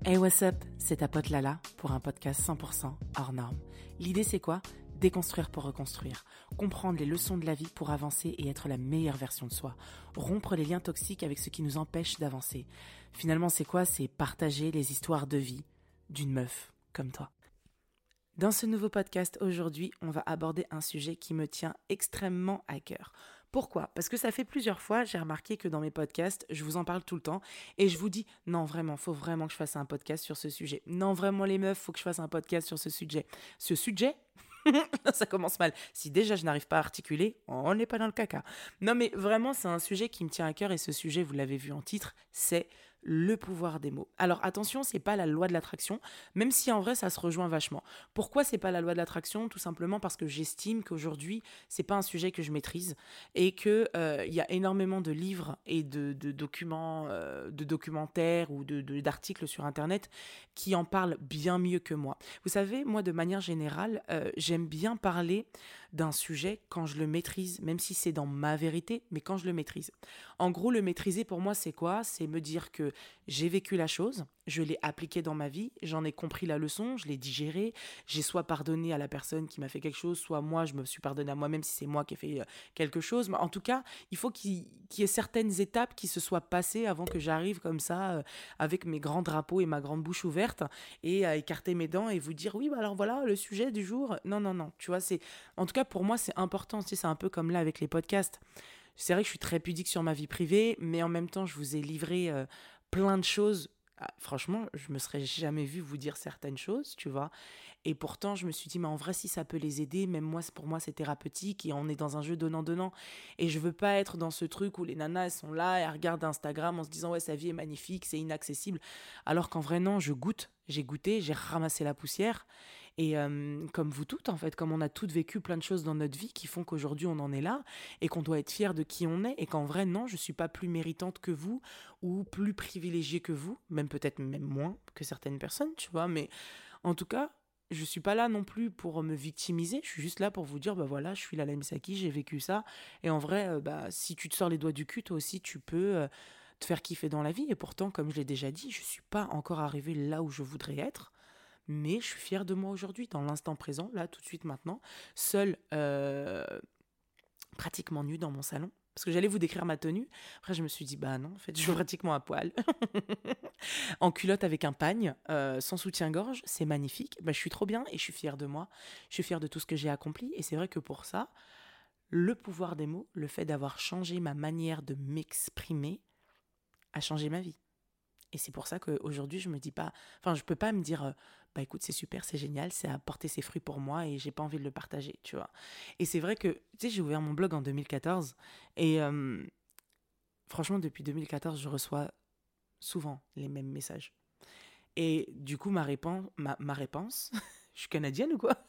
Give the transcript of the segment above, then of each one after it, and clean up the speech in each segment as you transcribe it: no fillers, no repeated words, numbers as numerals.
Hey what's up, c'est ta pote Lala pour un podcast 100% hors norme. L'idée c'est quoi ? Déconstruire pour reconstruire, comprendre les leçons de la vie pour avancer et être la meilleure version de soi, rompre les liens toxiques avec ce qui nous empêche d'avancer. Finalement c'est quoi ? C'est partager les histoires de vie d'une meuf comme toi. Dans ce nouveau podcast, aujourd'hui, on va aborder un sujet qui me tient extrêmement à cœur. Pourquoi ? Parce que ça fait plusieurs fois, j'ai remarqué que dans mes podcasts, je vous en parle tout le temps et je vous dis « Non, vraiment, faut vraiment que je fasse un podcast sur ce sujet. Non, vraiment, les meufs, faut que je fasse un podcast sur ce sujet. » Ce sujet ? Ça commence mal. Si déjà je n'arrive pas à articuler, on n'est pas dans le caca. Non, mais vraiment, c'est un sujet qui me tient à cœur et ce sujet, vous l'avez vu en titre, c'est le pouvoir des mots. Alors attention, c'est pas la loi de l'attraction, même si en vrai ça se rejoint vachement. Pourquoi c'est pas la loi de l'attraction ? Tout simplement parce que j'estime qu'aujourd'hui c'est pas un sujet que je maîtrise et que y a énormément de livres et de documents, de documentaires ou d'articles sur internet qui en parlent bien mieux que moi. Vous savez, moi de manière générale, j'aime bien parler d'un sujet quand je le maîtrise, même si c'est dans ma vérité, mais quand je le maîtrise. En gros, le maîtriser pour moi, c'est quoi ? C'est me dire que j'ai vécu la chose, je l'ai appliquée dans ma vie, j'en ai compris la leçon, je l'ai digérée, j'ai soit pardonné à la personne qui m'a fait quelque chose, soit moi, je me suis pardonné à moi-même si c'est moi qui ai fait quelque chose. Mais en tout cas, il faut qu'il y ait certaines étapes qui se soient passées avant que j'arrive comme ça, avec mes grands drapeaux et ma grande bouche ouverte, et à écarter mes dents et vous dire, oui, bah alors voilà, le sujet du jour. Non, non, non, tu vois, en tout cas, pour moi, c'est important, tu sais, c'est un peu comme là avec les podcasts. C'est vrai que je suis très pudique sur ma vie privée, mais en même temps, je vous ai livré plein de choses. Ah, franchement, je me serais jamais vu vous dire certaines choses, tu vois. Et pourtant, je me suis dit, mais en vrai, si ça peut les aider, même moi, pour moi, c'est thérapeutique et on est dans un jeu donnant-donnant. Et je veux pas être dans ce truc où les nanas, elles sont là et elles regardent Instagram en se disant, ouais, sa vie est magnifique, c'est inaccessible. Alors qu'en vrai, non, je goûte. J'ai goûté, j'ai ramassé la poussière. Et comme vous toutes, en fait, comme on a toutes vécu plein de choses dans notre vie qui font qu'aujourd'hui on en est là et qu'on doit être fier de qui on est et qu'en vrai, non, je ne suis pas plus méritante que vous ou plus privilégiée que vous, même peut-être même moins que certaines personnes, tu vois, mais en tout cas, je suis pas là non plus pour me victimiser, je suis juste là pour vous dire, bah voilà, je suis Lala Misaki, j'ai vécu ça, et en vrai, bah, si tu te sors les doigts du cul, toi aussi, tu peux te faire kiffer dans la vie, et pourtant, comme je l'ai déjà dit, je suis pas encore arrivée là où je voudrais être, mais je suis fière de moi aujourd'hui, dans l'instant présent, là, tout de suite, maintenant, seule, pratiquement nue dans mon salon. Parce que j'allais vous décrire ma tenue. Après, je me suis dit, bah non, en fait, je suis pratiquement à poil. En culotte avec un pagne, sans soutien-gorge, c'est magnifique. Bah, je suis trop bien et je suis fière de moi. Je suis fière de tout ce que j'ai accompli. Et c'est vrai que pour ça, le pouvoir des mots, le fait d'avoir changé ma manière de m'exprimer, a changé ma vie. Et c'est pour ça qu'aujourd'hui, je me dis pas... Enfin, je peux pas me dire, bah écoute, c'est super, c'est génial, ça a porté ses fruits pour moi et j'ai pas envie de le partager, tu vois. Et c'est vrai que, tu sais, j'ai ouvert mon blog en 2014 et franchement, depuis 2014, je reçois souvent les mêmes messages. Et du coup, ma réponse, je suis canadienne ou quoi ?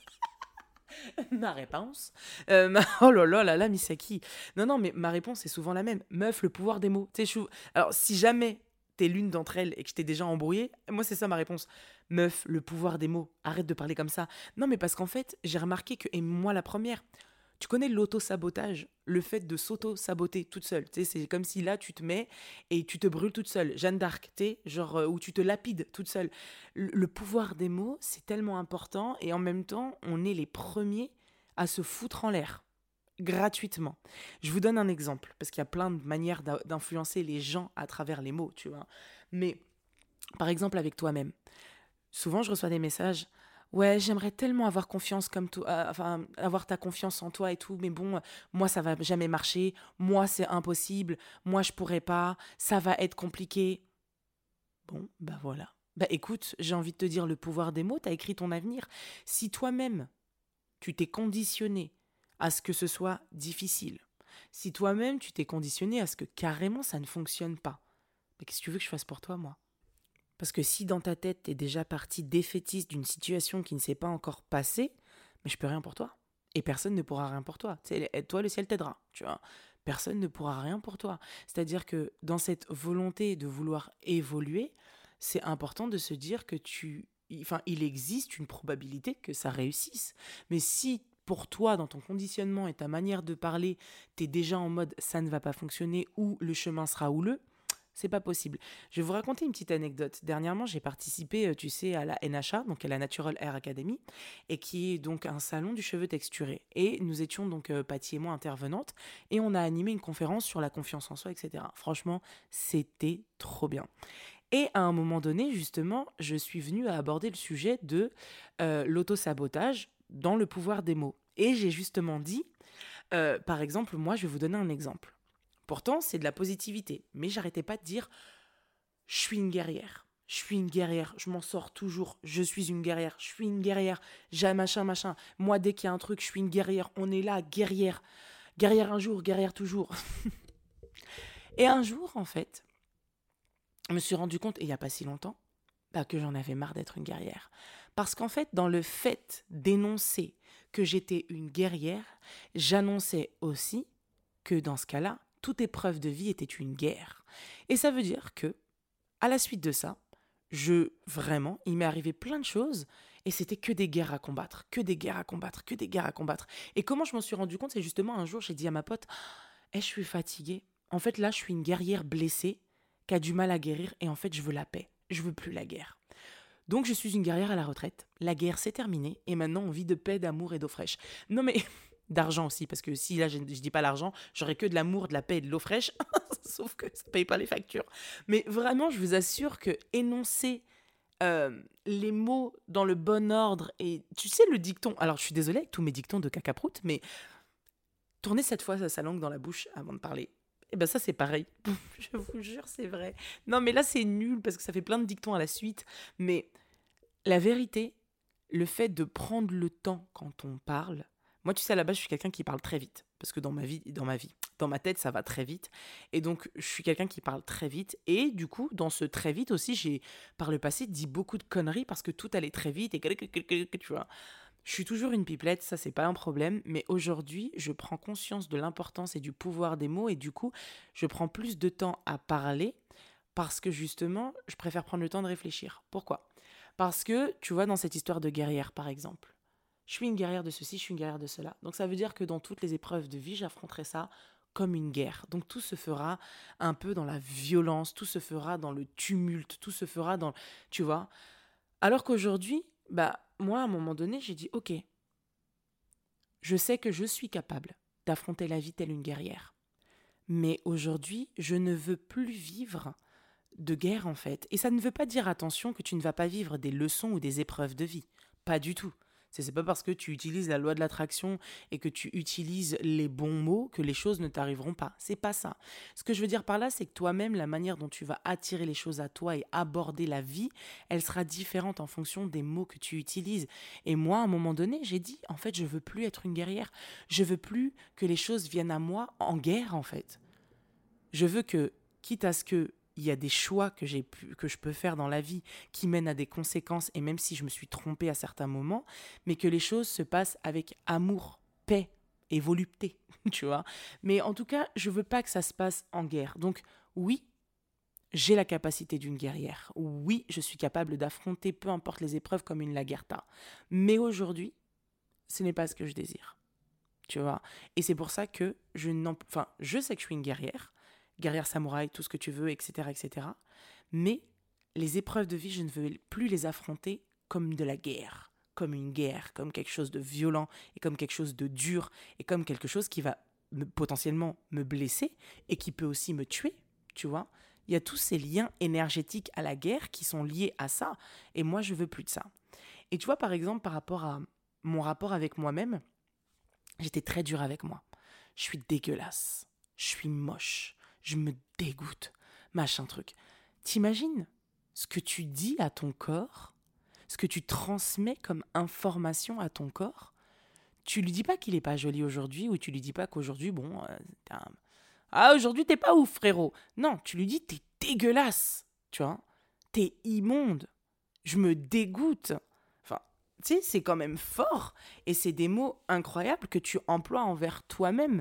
Ma réponse, oh là là, Misaki. Non, non, mais ma réponse est souvent la même. Meuf, le pouvoir des mots. Tu sais, alors, si jamais t'es l'une d'entre elles et que je t'ai déjà embrouillée, moi, c'est ça ma réponse. Meuf, le pouvoir des mots. Arrête de parler comme ça. Non, mais parce qu'en fait, j'ai remarqué que, et moi la première, tu connais l'auto-sabotage, le fait de s'auto-saboter toute seule. Tu sais, c'est comme si là, tu te mets et tu te brûles toute seule. Jeanne d'Arc, tu sais, genre, où tu te lapides toute seule. Le pouvoir des mots, c'est tellement important et en même temps, on est les premiers à se foutre en l'air gratuitement. Je vous donne un exemple, parce qu'il y a plein de manières d'influencer les gens à travers les mots, tu vois. Mais, par exemple, avec toi-même. Souvent, je reçois des messages. Ouais, j'aimerais tellement avoir confiance comme toi, enfin, avoir ta confiance en toi et tout, mais bon, moi, ça va jamais marcher. Moi, c'est impossible. Moi, je pourrais pas. Ça va être compliqué. Bon, bah voilà. Bah écoute, j'ai envie de te dire le pouvoir des mots, t'as écrit ton avenir. Si toi-même, tu t'es conditionné à ce que ce soit difficile, si toi-même, tu t'es conditionné à ce que carrément ça ne fonctionne pas, mais qu'est-ce que tu veux que je fasse pour toi, moi ? Parce que si dans ta tête, t'es déjà parti défaitiste d'une situation qui ne s'est pas encore passée, mais je peux rien pour toi. Et personne ne pourra rien pour toi. Toi, le ciel t'aidera, tu vois. Personne ne pourra rien pour toi. C'est-à-dire que dans cette volonté de vouloir évoluer, c'est important de se dire que il existe une probabilité que ça réussisse. Mais si pour toi, dans ton conditionnement et ta manière de parler, t'es déjà en mode ça ne va pas fonctionner ou le chemin sera houleux, C'est pas possible. Je vais vous raconter une petite anecdote. Dernièrement, j'ai participé, tu sais, à la NHA, donc à la Natural Hair Academy, et qui est donc un salon du cheveu texturé. Et nous étions donc, Patty et moi, intervenantes, et on a animé une conférence sur la confiance en soi, etc. Franchement, c'était trop bien. Et à un moment donné, justement, je suis venue à aborder le sujet de l'auto-sabotage dans le pouvoir des mots. Et j'ai justement dit, par exemple, moi, je vais vous donner un exemple. Pourtant, c'est de la positivité. Mais j'arrêtais pas de dire je suis une guerrière. Je suis une guerrière. Je m'en sors toujours. Je suis une guerrière. Je suis une guerrière. J'ai machin, machin. Moi, dès qu'il y a un truc, je suis une guerrière. On est là, guerrière. Guerrière un jour, guerrière toujours. Et un jour, en fait, je me suis rendu compte, et il n'y a pas si longtemps, que j'en avais marre d'être une guerrière. Parce qu'en fait, dans le fait d'énoncer que j'étais une guerrière, j'annonçais aussi que dans ce cas-là, toute épreuve de vie était une guerre. Et ça veut dire que, à la suite de ça, vraiment, il m'est arrivé plein de choses et c'était que des guerres à combattre, que des guerres à combattre, que des guerres à combattre. Et comment je m'en suis rendu compte, c'est justement un jour, j'ai dit à ma pote, je suis fatiguée. En fait, là, je suis une guerrière blessée qui a du mal à guérir et en fait, je veux la paix. Je veux plus la guerre. Donc, je suis une guerrière à la retraite. La guerre, c'est terminé et maintenant, on vit de paix, d'amour et d'eau fraîche. Non, mais d'argent aussi, parce que si là, je dis pas l'argent, j'aurais que de l'amour, de la paix et de l'eau fraîche, sauf que ça paye pas les factures. Mais vraiment, je vous assure que énoncer les mots dans le bon ordre, et tu sais, le dicton, alors je suis désolée avec tous mes dictons de cacaproute, mais tourner cette fois sa langue dans la bouche avant de parler, et ben ça c'est pareil, je vous jure c'est vrai. Non mais là c'est nul parce que ça fait plein de dictons à la suite, mais la vérité, le fait de prendre le temps quand on parle, moi tu sais à la base je suis quelqu'un qui parle très vite, parce que dans ma tête ça va très vite, et donc je suis quelqu'un qui parle très vite, et du coup dans ce très vite aussi j'ai par le passé dit beaucoup de conneries parce que tout allait très vite, et tu vois. Je suis toujours une pipelette, ça c'est pas un problème, mais aujourd'hui je prends conscience de l'importance et du pouvoir des mots, et du coup je prends plus de temps à parler parce que justement je préfère prendre le temps de réfléchir. Pourquoi ? Parce que tu vois, dans cette histoire de guerrière par exemple, je suis une guerrière de ceci, je suis une guerrière de cela. Donc ça veut dire que dans toutes les épreuves de vie, j'affronterai ça comme une guerre. Donc tout se fera un peu dans la violence, tout se fera dans le tumulte, tout se fera dans... Tu vois ? Alors qu'aujourd'hui, moi, à un moment donné, j'ai dit, ok, je sais que je suis capable d'affronter la vie telle une guerrière. Mais aujourd'hui, je ne veux plus vivre de guerre, en fait. Et ça ne veut pas dire, attention, que tu ne vas pas vivre des leçons ou des épreuves de vie. Pas du tout. C'est pas parce que tu utilises la loi de l'attraction et que tu utilises les bons mots que les choses ne t'arriveront pas. C'est pas ça. Ce que je veux dire par là, c'est que toi-même, la manière dont tu vas attirer les choses à toi et aborder la vie, elle sera différente en fonction des mots que tu utilises. Et moi, à un moment donné, j'ai dit, en fait, je veux plus être une guerrière. Je veux plus que les choses viennent à moi en guerre, en fait. Je veux que, quitte à ce que il y a des choix que je peux faire dans la vie qui mènent à des conséquences, et même si je me suis trompée à certains moments, mais que les choses se passent avec amour, paix et volupté, tu vois. Mais en tout cas, je veux pas que ça se passe en guerre. Donc oui, j'ai la capacité d'une guerrière. Oui, je suis capable d'affronter peu importe les épreuves comme une Lagertha. Mais aujourd'hui, ce n'est pas ce que je désire, tu vois. Et c'est pour ça que je sais que je suis une guerrière samouraï, tout ce que tu veux, etc., etc. Mais les épreuves de vie, je ne veux plus les affronter comme de la guerre, comme une guerre, comme quelque chose de violent et comme quelque chose de dur et comme quelque chose qui va potentiellement me blesser et qui peut aussi me tuer, tu vois. Il y a tous ces liens énergétiques à la guerre qui sont liés à ça, et moi, je veux plus de ça. Et tu vois, par exemple, par rapport à mon rapport avec moi-même, j'étais très dure avec moi. Je suis dégueulasse, je suis moche, je me dégoûte, machin truc. T'imagines ce que tu dis à ton corps, ce que tu transmets comme information à ton corps? Tu lui dis pas qu'il est pas joli aujourd'hui, ou tu lui dis pas qu'aujourd'hui, aujourd'hui t'es pas ouf, frérot. Non, tu lui dis t'es dégueulasse, tu vois, t'es immonde, je me dégoûte. Enfin, tu sais, c'est quand même fort, et c'est des mots incroyables que tu emploies envers toi-même.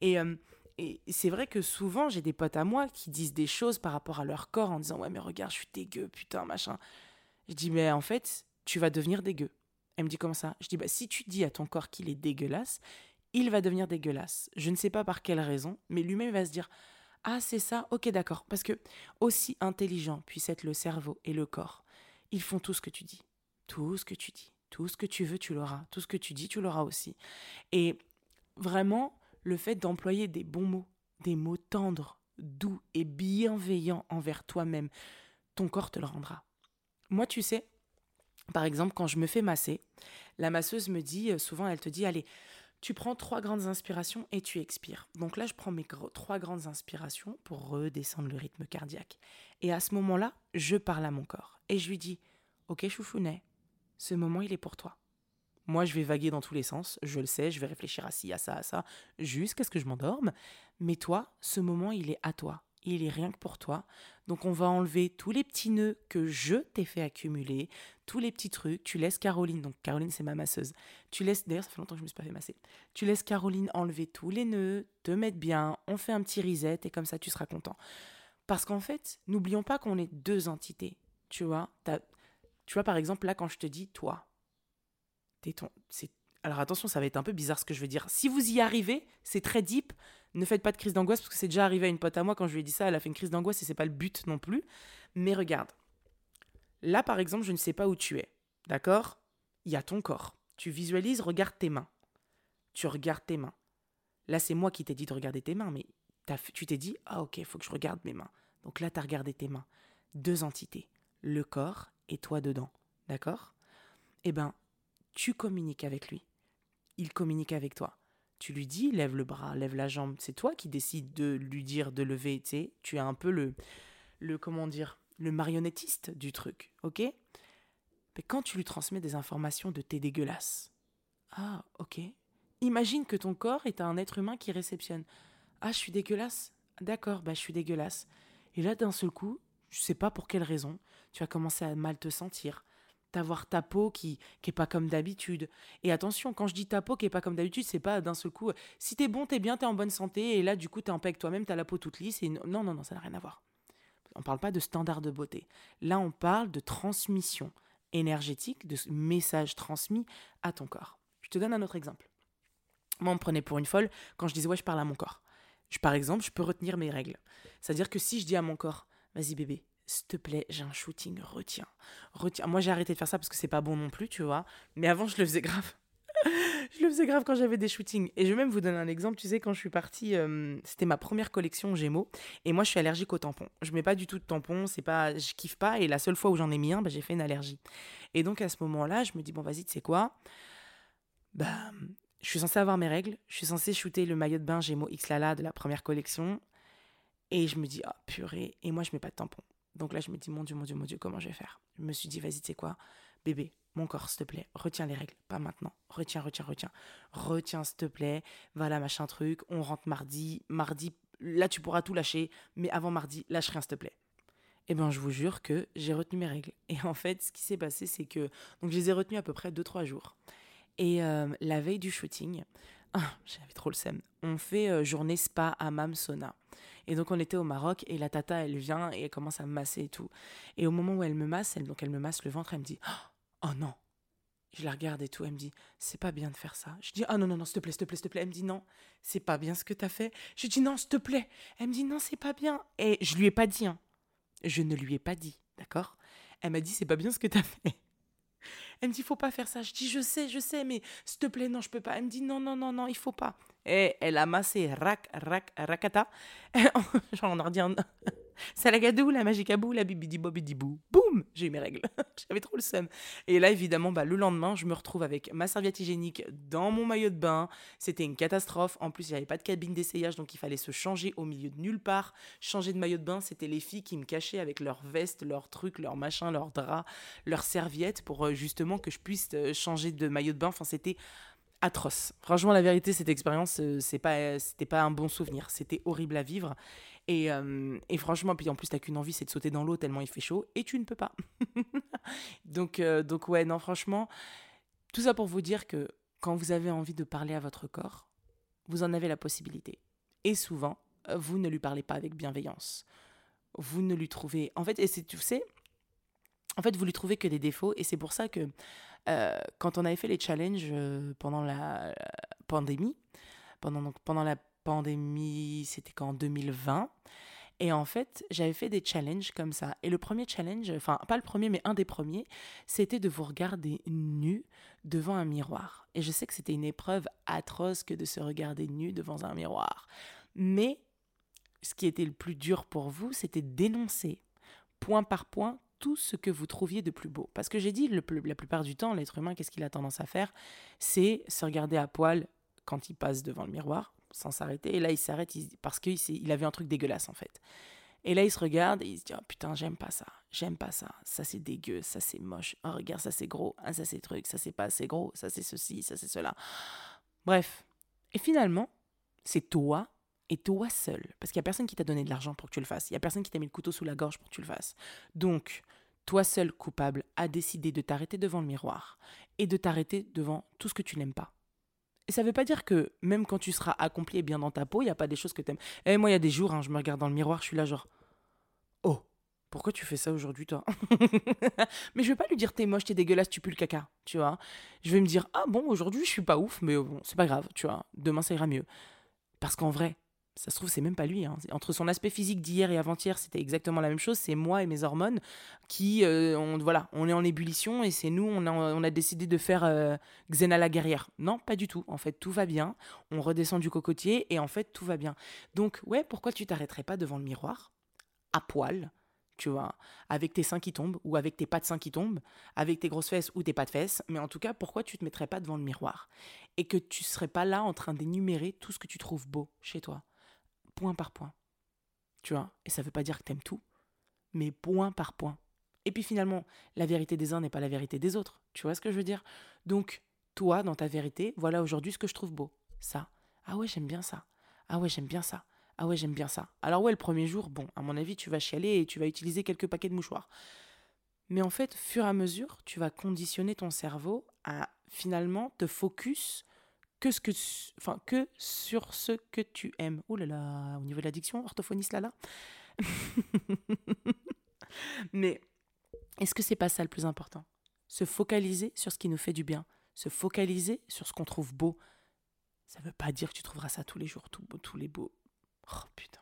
Et c'est vrai que souvent, j'ai des potes à moi qui disent des choses par rapport à leur corps en disant « Ouais, mais regarde, je suis dégueu, putain, machin. » Je dis « Mais en fait, tu vas devenir dégueu. » Elle me dit « Comment ça ?» Je dis « Si tu dis à ton corps qu'il est dégueulasse, il va devenir dégueulasse. Je ne sais pas par quelle raison, mais lui-même va se dire Ah, c'est ça? Ok, d'accord. Parce que aussi intelligent puisse être le cerveau et le corps, ils font tout ce que tu dis. Tout ce que tu dis. Tout ce que tu veux, tu l'auras. Tout ce que tu dis, tu l'auras aussi. Et vraiment, le fait d'employer des bons mots, des mots tendres, doux et bienveillants envers toi-même, ton corps te le rendra. Moi, tu sais, par exemple, quand je me fais masser, la masseuse me dit, souvent, elle te dit, allez, tu prends 3 grandes inspirations et tu expires. Donc là, je prends mes 3 grandes inspirations pour redescendre le rythme cardiaque. Et à ce moment-là, je parle à mon corps. Et je lui dis, ok chouchounet, ce moment, il est pour toi. Moi, je vais vaguer dans tous les sens, je le sais, je vais réfléchir à ci, à ça, jusqu'à ce que je m'endorme. Mais toi, ce moment, il est à toi. Il est rien que pour toi. Donc, on va enlever tous les petits nœuds que je t'ai fait accumuler, tous les petits trucs. Tu laisses Caroline, donc Caroline, c'est ma masseuse. Tu laisses, d'ailleurs, ça fait longtemps que je me suis pas fait masser. Tu laisses Caroline enlever tous les nœuds, te mettre bien, on fait un petit reset et comme ça, tu seras content. Parce qu'en fait, n'oublions pas qu'on est 2 entités. Tu vois, tu vois, par exemple, là, quand je te dis toi, alors attention, ça va être un peu bizarre ce que je vais dire. Si vous y arrivez, c'est très deep. Ne faites pas de crise d'angoisse parce que c'est déjà arrivé à une pote à moi quand je lui ai dit ça, elle a fait une crise d'angoisse et c'est pas le but non plus. Mais regarde, là par exemple, je ne sais pas où tu es. D'accord? Il y a ton corps. Tu visualises, regarde tes mains. Tu regardes tes mains. Là, c'est moi qui t'ai dit de regarder tes mains, mais tu t'es dit, ah ok, il faut que je regarde mes mains. Donc là, tu as regardé tes mains. 2 entités, le corps et toi dedans. D'accord? Eh ben, tu communiques avec lui. Il communique avec toi. Tu lui dis, lève le bras, lève la jambe. C'est toi qui décides de lui dire de lever. Tu es un peu comment dire, le marionnettiste du truc, ok? Mais quand tu lui transmets des informations de t'es dégueulasse. Ah, ok. Imagine que ton corps est un être humain qui réceptionne. Ah, je suis dégueulasse. D'accord, bah je suis dégueulasse. Et là, d'un seul coup, je sais pas pour quelle raison, tu vas commencer à mal te sentir. T'avoir ta peau qui est pas comme d'habitude. Et attention, quand je dis ta peau qui est pas comme d'habitude, c'est pas d'un seul coup. Si t'es bon, t'es bien, t'es en bonne santé, et là, du coup, t'es en paix avec toi-même, t'as la peau toute lisse. Et non, non, non, ça n'a rien à voir. On parle pas de standard de beauté. Là, on parle de transmission énergétique, de message transmis à ton corps. Je te donne un autre exemple. Moi, on me prenait pour une folle quand je disais, ouais, je parle à mon corps. Par exemple, je peux retenir mes règles. C'est-à-dire que si je dis à mon corps, vas-y bébé, s'il te plaît, j'ai un shooting, retiens. Retiens. Moi, j'ai arrêté de faire ça parce que c'est pas bon non plus, tu vois. Mais avant, je le faisais grave. Je le faisais grave quand j'avais des shootings. Et je vais même vous donner un exemple. Tu sais, quand je suis partie, c'était ma première collection Gémeaux. Et moi, je suis allergique aux tampons. Je mets pas du tout de tampons. Je kiffe pas. Et la seule fois où j'en ai mis un, bah, j'ai fait une allergie. Et donc, à ce moment-là, je me dis, bon, vas-y, tu sais quoi? Bah, je suis censée avoir mes règles. Je suis censée shooter le maillot de bain Gémeaux X Lala de la première collection. Et je me dis, ah purée, et moi je mets pas de tampon. Donc là je me dis, mon Dieu, mon Dieu, mon Dieu, comment je vais faire? Je me suis dit, vas-y, tu sais quoi? Bébé, mon corps, s'il te plaît, retiens les règles, pas maintenant. Retiens, retiens, retiens. Retiens, s'il te plaît. Voilà, machin truc. On rentre mardi. Mardi, là tu pourras tout lâcher, mais avant mardi, lâche rien, s'il te plaît. Eh bien, je vous jure que j'ai retenu mes règles. Et en fait, ce qui s'est passé, c'est que... Donc, je les ai retenues à peu près 2-3 jours. Et la veille du shooting, j'avais trop le seum. On fait journée spa, hammam, sauna. Et donc on était au Maroc et la tata elle vient et elle commence à me masser et tout. Et au moment où elle me masse, elle me masse le ventre, elle me dit oh non. Je la regarde et tout, elle me dit c'est pas bien de faire ça. Je dis ah non non non s'il te plaît s'il te plaît s'il te plaît. Elle me dit non c'est pas bien ce que t'as fait. Je dis non s'il te plaît. Elle me dit non c'est pas bien. Et je lui ai pas dit Je ne lui ai pas dit, d'accord. Elle m'a dit c'est pas bien ce que t'as fait. Elle me dit, faut pas faire ça. Je dis, je sais, mais s'il te plaît, non, je peux pas. Elle me dit, non, non, non, non, il faut pas. Et elle a massé rakata. Genre, on a dit, Salagadou, la magicabou, la bibidi-bobidi-bou. Boum, j'ai eu mes règles. J'avais trop le seum. Et là, évidemment, le lendemain, je me retrouve avec ma serviette hygiénique dans mon maillot de bain. C'était une catastrophe. En plus, il n'y avait pas de cabine d'essayage, donc il fallait se changer au milieu de nulle part. Changer de maillot de bain, c'était les filles qui me cachaient avec leurs vestes, leurs trucs, leurs machins, leurs draps, leurs serviettes pour justement que je puisse changer de maillot de bain. Enfin, c'était atroce. Franchement, la vérité, cette expérience, c'était pas un bon souvenir. C'était horrible à vivre. Et franchement, puis en plus, t'as qu'une envie, c'est de sauter dans l'eau tellement il fait chaud, et tu ne peux pas. donc ouais, non, franchement, tout ça pour vous dire que quand vous avez envie de parler à votre corps, vous en avez la possibilité. Et souvent, vous ne lui parlez pas avec bienveillance. Vous ne lui trouvez... En fait, tu sais, vous lui trouvez que des défauts, et c'est pour ça que quand on avait fait les challenges pendant la pandémie, pendant la pandémie, c'était qu'en 2020. Et en fait, j'avais fait des challenges comme ça. Et le premier challenge, enfin, pas le premier, mais un des premiers, c'était de vous regarder nu devant un miroir. Et je sais que c'était une épreuve atroce que de se regarder nu devant un miroir. Mais ce qui était le plus dur pour vous, c'était d'énoncer, point par point, tout ce que vous trouviez de plus beau. Parce que j'ai dit, la plupart du temps, l'être humain, qu'est-ce qu'il a tendance à faire? C'est se regarder à poil quand il passe devant le miroir, sans s'arrêter. Et là, il s'arrête parce qu'il a vu un truc dégueulasse, en fait. Et là, il se regarde et il se dit « Oh putain, j'aime pas ça, ça c'est dégueu, ça c'est moche, oh regarde, ça c'est gros, ah, ça c'est truc, ça c'est pas assez gros, ça c'est ceci, ça c'est cela. » Bref. Et finalement, c'est toi et toi seul. Parce qu'il n'y a personne qui t'a donné de l'argent pour que tu le fasses. Il n'y a personne qui t'a mis le couteau sous la gorge pour que tu le fasses. Donc, toi seul coupable a décidé de t'arrêter devant le miroir et de t'arrêter devant tout ce que tu n'aimes pas. Et ça ne veut pas dire que même quand tu seras accompli et bien dans ta peau, il n'y a pas des choses que tu aimes. Et moi, il y a des jours, je me regarde dans le miroir, je suis là genre « Oh, pourquoi tu fais ça aujourd'hui, toi ?» Mais je vais pas lui dire « T'es moche, t'es dégueulasse, tu pues le caca. » Tu vois. Je vais me dire « Ah bon, aujourd'hui, je suis pas ouf, mais bon, c'est pas grave, tu vois. Demain, ça ira mieux. » Parce qu'en vrai, ça se trouve, c'est même pas lui. Entre son aspect physique d'hier et avant-hier, c'était exactement la même chose. C'est moi et mes hormones qui, on est en ébullition et c'est nous, on a décidé de faire Xena la guerrière. Non, pas du tout. En fait, tout va bien. On redescend du cocotier et en fait, tout va bien. Donc, ouais, pourquoi tu t'arrêterais pas devant le miroir, à poil, tu vois, avec tes seins qui tombent ou avec tes pas de seins qui tombent, avec tes grosses fesses ou tes pas de fesses, mais en tout cas, pourquoi tu te mettrais pas devant le miroir et que tu serais pas là en train d'énumérer tout ce que tu trouves beau chez toi, point par point, tu vois, et ça veut pas dire que t'aimes tout, mais point par point. Et puis finalement, la vérité des uns n'est pas la vérité des autres, tu vois ce que je veux dire? Donc, toi, dans ta vérité, voilà aujourd'hui ce que je trouve beau, ça. Ah ouais, j'aime bien ça. Ah ouais, j'aime bien ça. Ah ouais, j'aime bien ça. Alors ouais, le premier jour, bon, à mon avis, tu vas chialer et tu vas utiliser quelques paquets de mouchoirs. Mais en fait, fur et à mesure, tu vas conditionner ton cerveau à finalement te focus que sur ce que tu aimes. Ouh là là, au niveau de l'addiction, orthophoniste là. Mais est-ce que c'est pas ça le plus important? Se focaliser sur ce qui nous fait du bien. Se focaliser sur ce qu'on trouve beau. Ça veut pas dire que tu trouveras ça tous les jours, tous les beaux. Oh putain.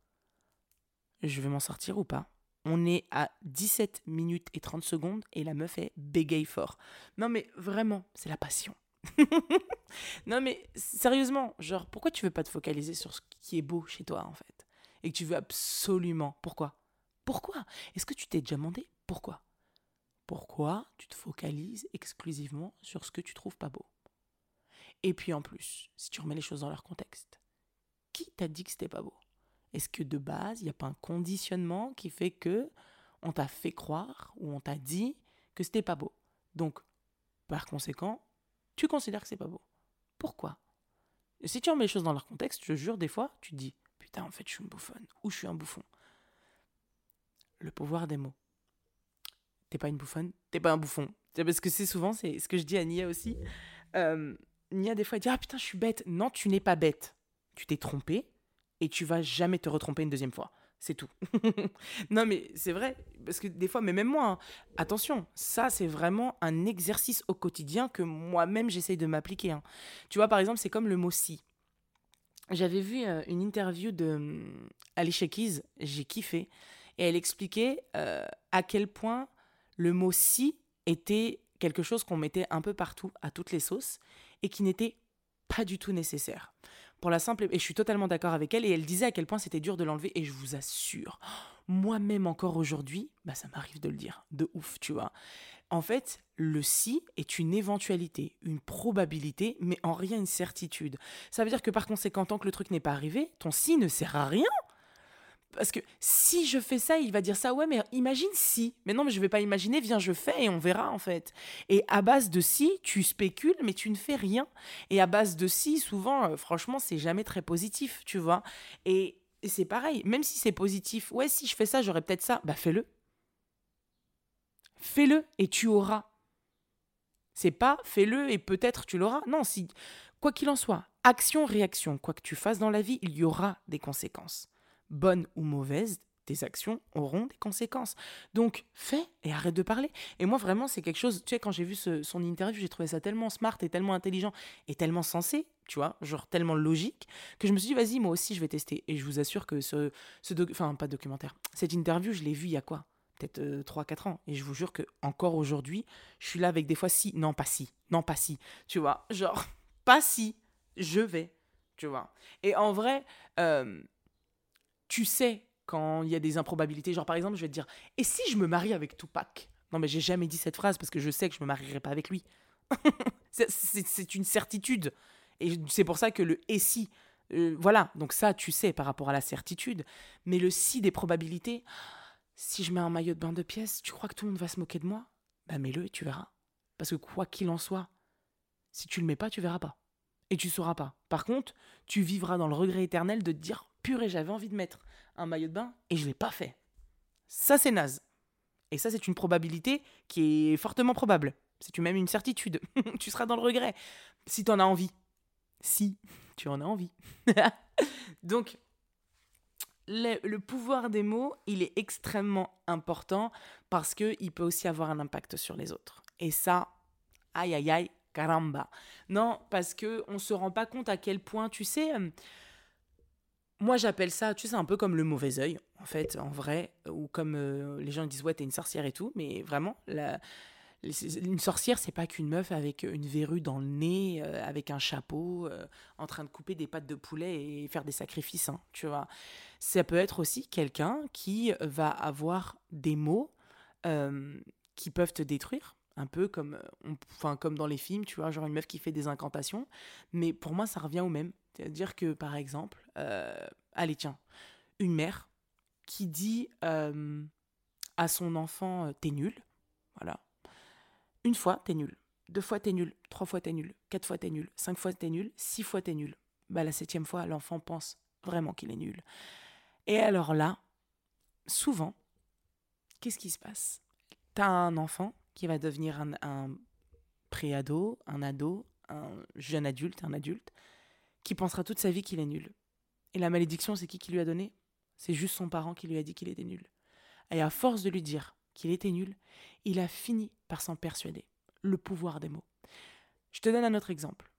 Je vais m'en sortir ou pas? On est à 17 minutes et 30 secondes et la meuf est bégaye fort. Non mais vraiment, c'est la passion. Non mais sérieusement, genre pourquoi tu veux pas te focaliser sur ce qui est beau chez toi en fait? Et que tu veux absolument... Pourquoi? Est-ce que tu t'es déjà demandé pourquoi? Pourquoi tu te focalises exclusivement sur ce que tu trouves pas beau? Et puis en plus, si tu remets les choses dans leur contexte, qui t'a dit que c'était pas beau? Est-ce que de base, il n'y a pas un conditionnement qui fait que on t'a fait croire ou on t'a dit que c'était pas beau? Donc, par conséquent, tu considères que c'est pas beau. Pourquoi? Et si tu remets les choses dans leur contexte, je te jure, des fois, tu te dis « Putain, en fait, je suis une bouffonne. » Ou « Je suis un bouffon. » Le pouvoir des mots. T'es pas une bouffonne, t'es pas un bouffon. C'est parce que c'est souvent, c'est ce que je dis à Nia aussi. Nia, des fois, elle dit « Ah putain, je suis bête. » Non, tu n'es pas bête. Tu t'es trompé et tu vas jamais te retromper une deuxième fois. C'est tout. Non, mais c'est vrai. Parce que des fois, mais même moi, attention, ça, c'est vraiment un exercice au quotidien que moi-même, j'essaye de m'appliquer. Tu vois, par exemple, c'est comme le mot « si ». J'avais vu une interview de Alicia Keys, j'ai kiffé, et elle expliquait à quel point le mot « si » était quelque chose qu'on mettait un peu partout, à toutes les sauces, et qui n'était pas du tout nécessaire. Pour la simple... Et je suis totalement d'accord avec elle, et elle disait à quel point c'était dur de l'enlever, et je vous assure, moi-même encore aujourd'hui, ça m'arrive de le dire, de ouf, tu vois. En fait, le si est une éventualité, une probabilité, mais en rien une certitude. Ça veut dire que par conséquent, tant que le truc n'est pas arrivé, ton si ne sert à rien. Parce que si je fais ça, il va dire ça, ouais, mais imagine si. Mais non, mais je vais pas imaginer, viens, je fais et on verra en fait. Et à base de si, tu spécules, mais tu ne fais rien. Et à base de si, souvent, franchement, c'est jamais très positif, tu vois. Et c'est pareil, même si c'est positif, ouais, si je fais ça, j'aurais peut-être ça, fais-le. Fais-le et tu auras. C'est pas fais-le et peut-être tu l'auras. Non, si, quoi qu'il en soit, action, réaction, quoi que tu fasses dans la vie, il y aura des conséquences. Bonnes ou mauvaises, tes actions auront des conséquences. Donc, fais et arrête de parler. Et moi, vraiment, c'est quelque chose... Tu sais, quand j'ai vu son interview, j'ai trouvé ça tellement smart et tellement intelligent et tellement sensé tu vois, genre tellement logique, que je me suis dit, vas-y, moi aussi, je vais tester. Et je vous assure que pas documentaire, cette interview, je l'ai vue il y a quoi? Peut-être 3-4 ans. Et je vous jure que encore aujourd'hui, je suis là avec des fois si, non, pas si, non, pas si, tu vois, genre, pas si, je vais, tu vois. Et en vrai, tu sais quand il y a des improbabilités, genre par exemple, je vais te dire, et si je me marie avec Tupac? Non, mais j'ai jamais dit cette phrase parce que je sais que je me marierai pas avec lui. C'est une certitude. Et c'est pour ça que le et si, voilà, donc ça, tu sais par rapport à la certitude. Mais le si des probabilités, si je mets un maillot de bain de pièces, tu crois que tout le monde va se moquer de moi? Bah mets-le et tu verras. Parce que quoi qu'il en soit, si tu le mets pas, tu verras pas. Et tu sauras pas. Par contre, tu vivras dans le regret éternel de te dire, purée, j'avais envie de mettre un maillot de bain et je l'ai pas fait. Ça, c'est naze. Et ça, c'est une probabilité qui est fortement probable. C'est même une certitude. Tu seras dans le regret. Si tu en as envie. Si tu en as envie. Donc, le pouvoir des mots, il est extrêmement important parce qu'il peut aussi avoir un impact sur les autres. Et ça, aïe aïe aïe, caramba. Non, parce qu'on ne se rend pas compte à quel point, tu sais, moi j'appelle ça, tu sais, un peu comme le mauvais œil, en fait, en vrai, ou comme les gens disent, ouais, t'es une sorcière et tout, mais vraiment, une sorcière, c'est pas qu'une meuf avec une verrue dans le nez, avec un chapeau, en train de couper des pattes de poulet et faire des sacrifices, hein, tu vois. Ça peut être aussi quelqu'un qui va avoir des mots qui peuvent te détruire, un peu comme, comme dans les films, tu vois, genre une meuf qui fait des incantations. Mais pour moi, ça revient au même. C'est-à-dire que, par exemple, allez, tiens, une mère qui dit à son enfant, t'es nul, voilà. Une fois, t'es nul. 2 fois, t'es nul. 3 fois, t'es nul. 4 fois, t'es nul. 5 fois, t'es nul. 6 fois, t'es nul. Bah, la 7e fois, l'enfant pense vraiment qu'il est nul. Et alors là, souvent, qu'est-ce qui se passe? T'as un enfant qui va devenir un pré-ado, un ado, un jeune adulte, un adulte, qui pensera toute sa vie qu'il est nul. Et la malédiction, c'est qui lui a donné? C'est juste son parent qui lui a dit qu'il était nul. Et à force de lui dire qu'il était nul, il a fini par s'en persuader. Le pouvoir des mots. Je te donne un autre exemple.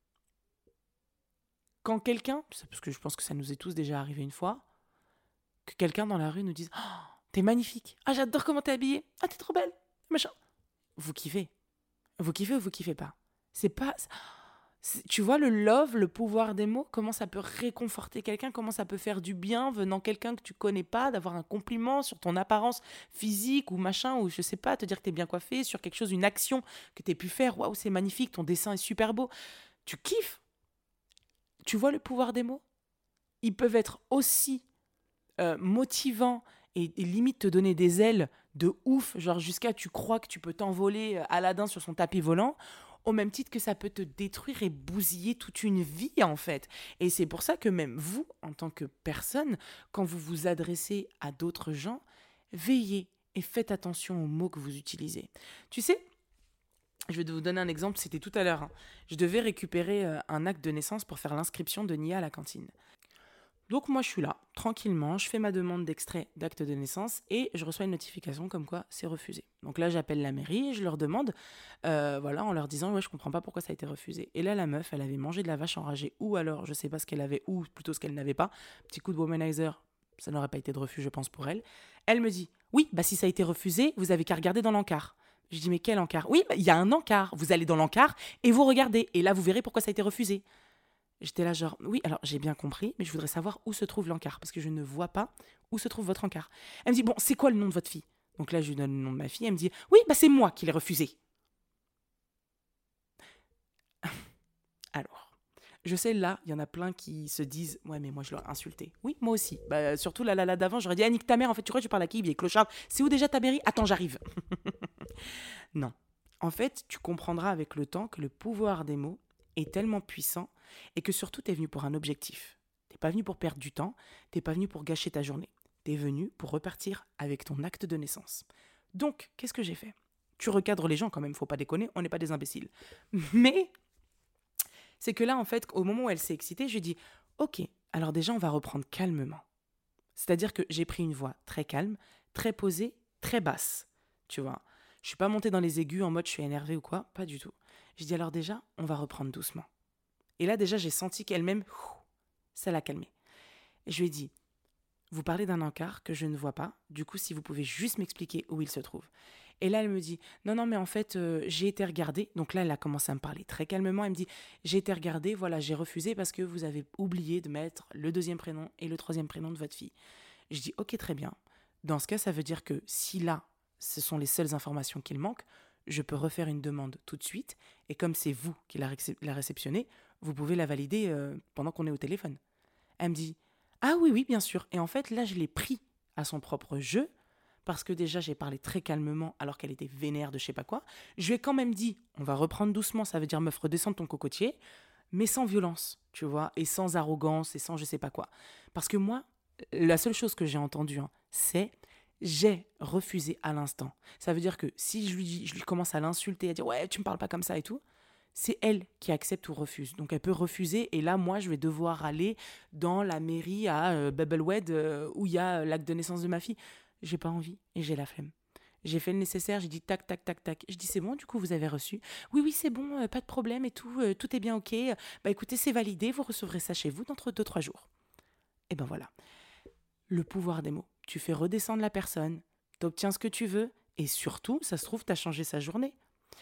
Quand quelqu'un, parce que je pense que ça nous est tous déjà arrivé une fois, que quelqu'un dans la rue nous dise « Oh, t'es magnifique. Ah, j'adore comment t'es habillée. Ah, t'es trop belle. » Machin. Vous kiffez. Vous kiffez ou vous kiffez pas? C'est pas... Tu vois le love, le pouvoir des mots, comment ça peut réconforter quelqu'un, comment ça peut faire du bien venant quelqu'un que tu connais pas, d'avoir un compliment sur ton apparence physique ou machin, ou je sais pas, te dire que t'es bien coiffé, sur quelque chose, une action que t'aies pu faire, waouh, c'est magnifique, ton dessin est super beau. Tu kiffes. Tu vois le pouvoir des mots? Ils peuvent être aussi motivants et limite te donner des ailes de ouf, genre jusqu'à tu crois que tu peux t'envoler Aladdin sur son tapis volant, au même titre que ça peut te détruire et bousiller toute une vie en fait. Et c'est pour ça que même vous, en tant que personne, quand vous vous adressez à d'autres gens, veillez et faites attention aux mots que vous utilisez. Tu sais, je vais vous donner un exemple, c'était tout à l'heure. Hein. Je devais récupérer un acte de naissance pour faire l'inscription de Nia à la cantine. Donc moi je suis là, tranquillement, je fais ma demande d'extrait d'acte de naissance et je reçois une notification comme quoi c'est refusé. Donc là j'appelle la mairie et je leur demande, voilà, en leur disant ouais je comprends pas pourquoi ça a été refusé. Et là la meuf elle avait mangé de la vache enragée ou alors je sais pas ce qu'elle avait ou plutôt ce qu'elle n'avait pas. Petit coup de womanizer, ça n'aurait pas été de refus je pense pour elle. Elle me dit oui bah si ça a été refusé vous avez qu'à regarder dans l'encart. Je dis mais quel encart? Oui il y a un encart, vous allez dans l'encart et vous regardez et là vous verrez pourquoi ça a été refusé. J'étais là genre, oui, alors j'ai bien compris, mais je voudrais savoir où se trouve l'encart, parce que je ne vois pas où se trouve votre encart. Elle me dit, bon, c'est quoi le nom de votre fille? Donc là, je lui donne le nom de ma fille, elle me dit, oui, bah c'est moi qui l'ai refusé. Alors, je sais, là, il y en a plein qui se disent, ouais, mais moi je l'aurais insulté. Oui, moi aussi. Bah, surtout là d'avant, j'aurais dit, ah, nique ta mère, en fait, tu crois que je parle à qui? Il est clochard. C'est où déjà ta mairie? Attends, j'arrive. Non. En fait, tu comprendras avec le temps que le pouvoir des mots est tellement puissant et que surtout, tu es venu pour un objectif. T'es pas venu pour perdre du temps, t'es pas venu pour gâcher ta journée. T'es venu pour repartir avec ton acte de naissance. Donc, qu'est-ce que j'ai fait? Tu recadres les gens quand même, faut pas déconner, on n'est pas des imbéciles. Mais, c'est que là, en fait, au moment où elle s'est excitée, je lui dis, ok, alors déjà, on va reprendre calmement. C'est-à-dire que j'ai pris une voix très calme, très posée, très basse, tu vois. Je suis pas montée dans les aigus en mode je suis énervée ou quoi, pas du tout. Je dis alors déjà, on va reprendre doucement. Et là, déjà, j'ai senti qu'elle-même, ça l'a calmée. Et je lui ai dit, vous parlez d'un encart que je ne vois pas. Du coup, si vous pouvez juste m'expliquer où il se trouve. Et là, elle me dit, non, mais en fait, j'ai été regardée. Donc là, elle a commencé à me parler très calmement. Elle me dit, j'ai été regardée, voilà, j'ai refusé parce que vous avez oublié de mettre le 2e prénom et le 3e prénom de votre fille. Je dis, ok, très bien. Dans ce cas, ça veut dire que si là, ce sont les seules informations qu'il manque, je peux refaire une demande tout de suite. Et comme c'est vous qui la réceptionnez, vous pouvez la valider pendant qu'on est au téléphone. Elle me dit, ah oui, bien sûr. Et en fait, là, je l'ai pris à son propre jeu, parce que déjà, j'ai parlé très calmement alors qu'elle était vénère de je sais pas quoi. Je lui ai quand même dit, on va reprendre doucement, ça veut dire meuf, redescendre ton cocotier, mais sans violence, tu vois, et sans arrogance, et sans je sais pas quoi. Parce que moi, la seule chose que j'ai entendue, c'est j'ai refusé à l'instant. Ça veut dire que si je lui commence à l'insulter, à dire ouais, tu me parles pas comme ça et tout, c'est elle qui accepte ou refuse. Donc elle peut refuser et là, moi, je vais devoir aller dans la mairie à Babelwed où il y a l'acte de naissance de ma fille. J'ai pas envie et j'ai la flemme. J'ai fait le nécessaire, j'ai dit tac, tac, tac, tac. Je dis c'est bon, du coup, vous avez reçu. Oui, c'est bon, pas de problème et tout, tout est bien ok. Bah écoutez, c'est validé, vous recevrez ça chez vous dans 2-3 jours. Et ben voilà. Le pouvoir des mots. Tu fais redescendre la personne, t'obtiens ce que tu veux, et surtout, ça se trouve, t'as changé sa journée.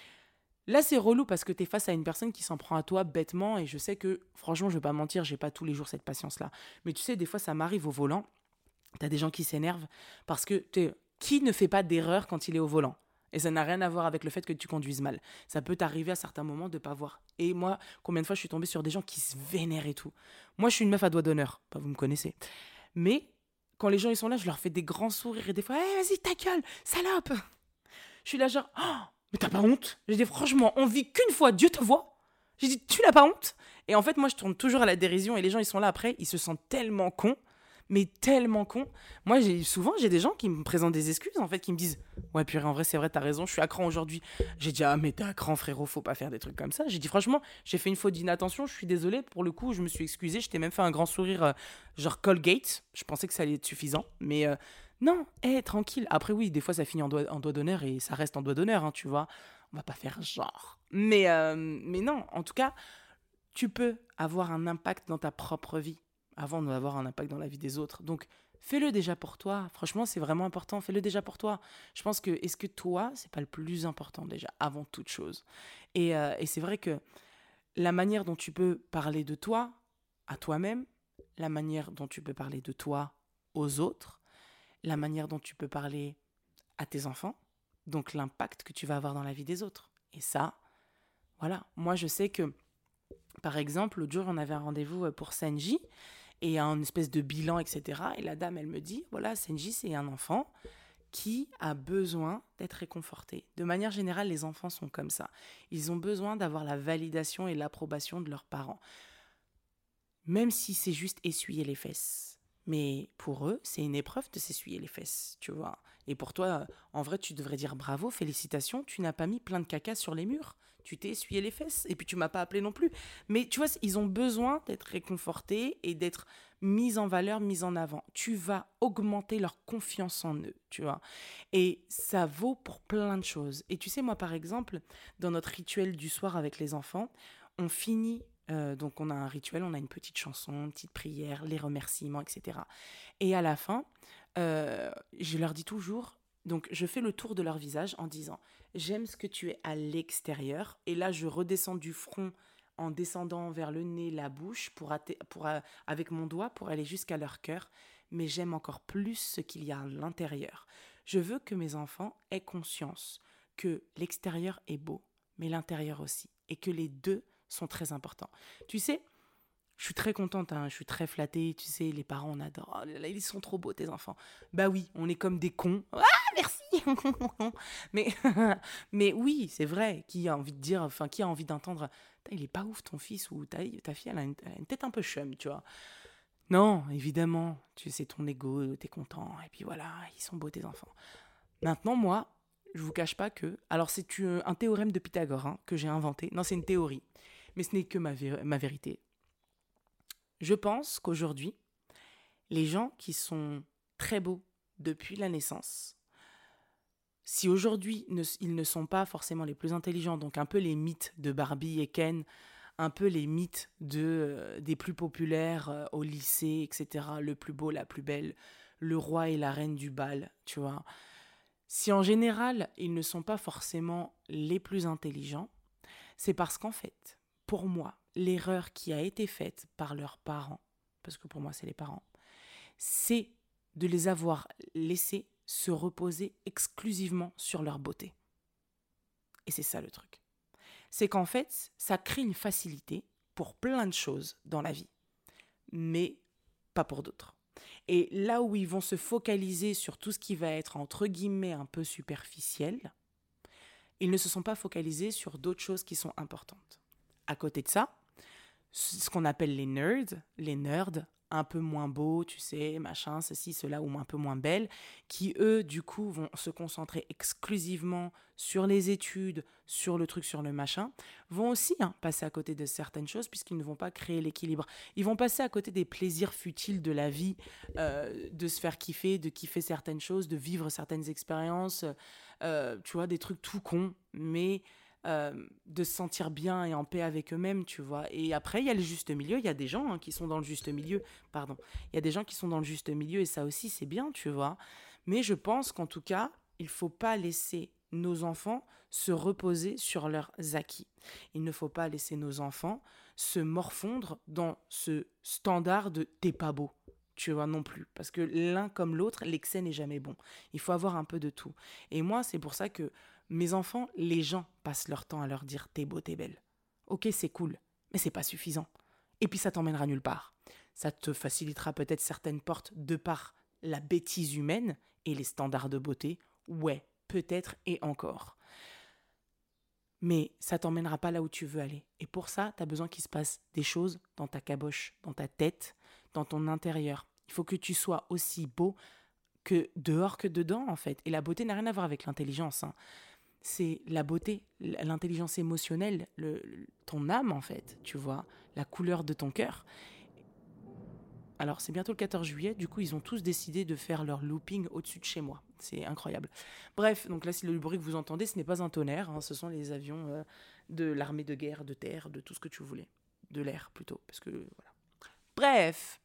Là, c'est relou parce que t'es face à une personne qui s'en prend à toi bêtement, et je sais que, franchement, je vais pas mentir, j'ai pas tous les jours cette patience-là. Mais tu sais, des fois, ça m'arrive au volant, t'as des gens qui s'énervent, parce que, qui ne fait pas d'erreur quand il est au volant ? Et ça n'a rien à voir avec le fait que tu conduises mal. Ça peut t'arriver à certains moments de pas voir. Et moi, combien de fois je suis tombée sur des gens qui se vénèrent et tout. Moi, je suis une meuf à doigt d'honneur. Bah, vous me connaissez. Mais quand les gens ils sont là, je leur fais des grands sourires et des fois, hey, vas-y, ta gueule, salope. Je suis là genre, oh, mais t'as pas honte? J'ai dit, franchement, on vit qu'une fois, Dieu te voit. J'ai dit, tu n'as pas honte? Et en fait, moi, je tourne toujours à la dérision et les gens, ils sont là après, ils se sentent tellement cons, mais tellement cons. Moi, souvent, j'ai des gens qui me présentent des excuses, en fait, qui me disent, ouais, purée, en vrai, c'est vrai, t'as raison, je suis à cran aujourd'hui. J'ai dit, ah, mais t'es à cran, frérot, faut pas faire des trucs comme ça. J'ai dit, franchement, j'ai fait une faute d'inattention, je suis désolé, pour le coup, je me suis excusé, je t'ai même fait un grand sourire, genre Colgate. Je pensais que ça allait être suffisant, mais non, tranquille. Après, oui, des fois, ça finit en doigt d'honneur et ça reste en doigt d'honneur, hein, tu vois. On va pas faire genre. Mais non, en tout cas, tu peux avoir un impact dans ta propre vie avant d'avoir un impact dans la vie des autres. Donc, fais-le déjà pour toi. Franchement, c'est vraiment important. Fais-le déjà pour toi. Je pense que, est-ce que toi, c'est pas le plus important déjà, avant toute chose. Et c'est vrai que la manière dont tu peux parler de toi à toi-même, la manière dont tu peux parler de toi aux autres, la manière dont tu peux parler à tes enfants, donc l'impact que tu vas avoir dans la vie des autres. Et ça, voilà. Moi, je sais que, par exemple, l'autre jour, on avait un rendez-vous pour Senji, et un espèce de bilan, etc. Et la dame, elle me dit, voilà, Senji, c'est un enfant qui a besoin d'être réconforté. De manière générale, les enfants sont comme ça. Ils ont besoin d'avoir la validation et l'approbation de leurs parents. Même si c'est juste essuyer les fesses. Mais pour eux, c'est une épreuve de s'essuyer les fesses, tu vois. Et pour toi, en vrai, tu devrais dire bravo, félicitations, tu n'as pas mis plein de caca sur les murs. Tu t'es essuyé les fesses et puis tu m'as pas appelé non plus. Mais tu vois, ils ont besoin d'être réconfortés et d'être mis en valeur, mis en avant. Tu vas augmenter leur confiance en eux, tu vois. Et ça vaut pour plein de choses. Et tu sais, moi, par exemple, dans notre rituel du soir avec les enfants, on finit donc on a un rituel, on a une petite chanson, une petite prière, les remerciements, etc. Et à la fin, je leur dis toujours, donc je fais le tour de leur visage en disant « J'aime ce que tu es à l'extérieur » et là je redescends du front en descendant vers le nez, la bouche, avec mon doigt pour aller jusqu'à leur cœur, mais j'aime encore plus ce qu'il y a à l'intérieur. Je veux que mes enfants aient conscience que l'extérieur est beau, mais l'intérieur aussi, et que les deux sont très importants. Tu sais, je suis très contente, je suis très flattée, tu sais, les parents, on adore. Oh là là, ils sont trop beaux, tes enfants. Bah oui, on est comme des cons. Ah, merci. mais, mais oui, c'est vrai, qui a envie de dire, enfin, qui a envie d'entendre, il est pas ouf ton fils ou ta fille, elle a une tête un peu chum, tu vois. Non, évidemment, tu sais, ton ego, t'es content, et puis voilà, ils sont beaux, tes enfants. Maintenant, moi, je vous cache pas que... Alors, c'est un théorème de Pythagore que j'ai inventé. Non, c'est une théorie. Mais ce n'est que ma vérité. Je pense qu'aujourd'hui, les gens qui sont très beaux depuis la naissance, si aujourd'hui, ils ne sont pas forcément les plus intelligents, donc un peu les mythes de Barbie et Ken, un peu les mythes des plus populaires au lycée, etc. Le plus beau, la plus belle, le roi et la reine du bal, tu vois. Si en général, ils ne sont pas forcément les plus intelligents, c'est parce qu'en fait, pour moi, l'erreur qui a été faite par leurs parents, parce que pour moi c'est les parents, c'est de les avoir laissés se reposer exclusivement sur leur beauté. Et c'est ça le truc. C'est qu'en fait, ça crée une facilité pour plein de choses dans la vie, mais pas pour d'autres. Et là où ils vont se focaliser sur tout ce qui va être entre guillemets un peu superficiel, ils ne se sont pas focalisés sur d'autres choses qui sont importantes. À côté de ça, ce qu'on appelle les nerds, un peu moins beaux, tu sais, machin, ceci, cela, ou un peu moins belles, qui, eux, du coup, vont se concentrer exclusivement sur les études, sur le truc, sur le machin, vont aussi passer à côté de certaines choses, puisqu'ils ne vont pas créer l'équilibre. Ils vont passer à côté des plaisirs futiles de la vie, de se faire kiffer, de kiffer certaines choses, de vivre certaines expériences, tu vois, des trucs tout cons, mais... de se sentir bien et en paix avec eux-mêmes, tu vois. Et après, il y a le juste milieu. Il y a des gens qui sont dans le juste milieu. Pardon. Il y a des gens qui sont dans le juste milieu et ça aussi, c'est bien, tu vois. Mais je pense qu'en tout cas, il ne faut pas laisser nos enfants se reposer sur leurs acquis. Il ne faut pas laisser nos enfants se morfondre dans ce standard de « t'es pas beau ». Tu vois, non plus. Parce que l'un comme l'autre, l'excès n'est jamais bon. Il faut avoir un peu de tout. Et moi, c'est pour ça que mes enfants, les gens passent leur temps à leur dire « t'es beau, t'es belle ». Ok, c'est cool, mais c'est pas suffisant. Et puis ça t'emmènera nulle part. Ça te facilitera peut-être certaines portes de par la bêtise humaine et les standards de beauté. Ouais, peut-être et encore. Mais ça t'emmènera pas là où tu veux aller. Et pour ça, t'as besoin qu'il se passe des choses dans ta caboche, dans ta tête, dans ton intérieur. Il faut que tu sois aussi beau que dehors que dedans, en fait. Et la beauté n'a rien à voir avec l'intelligence, C'est la beauté, l'intelligence émotionnelle, ton âme en fait, tu vois, la couleur de ton cœur. Alors c'est bientôt le 14 juillet, du coup ils ont tous décidé de faire leur looping au-dessus de chez moi. C'est incroyable. Bref, donc là si le bruit que vous entendez, ce n'est pas un tonnerre, ce sont les avions de l'armée de guerre, de terre, de tout ce que tu voulais. De l'air plutôt, parce que voilà. Bref.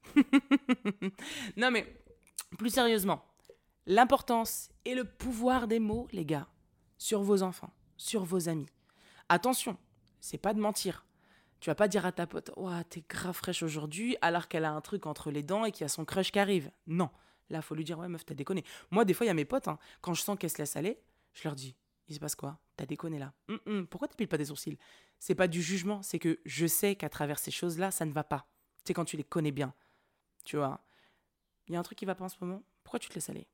Non mais, plus sérieusement, l'importance et le pouvoir des mots, les gars, sur vos enfants, sur vos amis. Attention, c'est pas de mentir. Tu vas pas dire à ta pote « Ouah, t'es grave fraîche aujourd'hui » alors qu'elle a un truc entre les dents et qu'il y a son crush qui arrive. Non, là, faut lui dire « Ouais, meuf, t'as déconné. » Moi, des fois, il y a mes potes, quand je sens qu'elles se laissent aller, je leur dis « Il se passe quoi ? T'as déconné là. Pourquoi t'épiles pas des sourcils ?» C'est pas du jugement, c'est que je sais qu'à travers ces choses-là, ça ne va pas. C'est quand tu les connais bien. Tu vois, il y a un truc qui va pas en ce moment. Pourquoi tu te laisses aller ?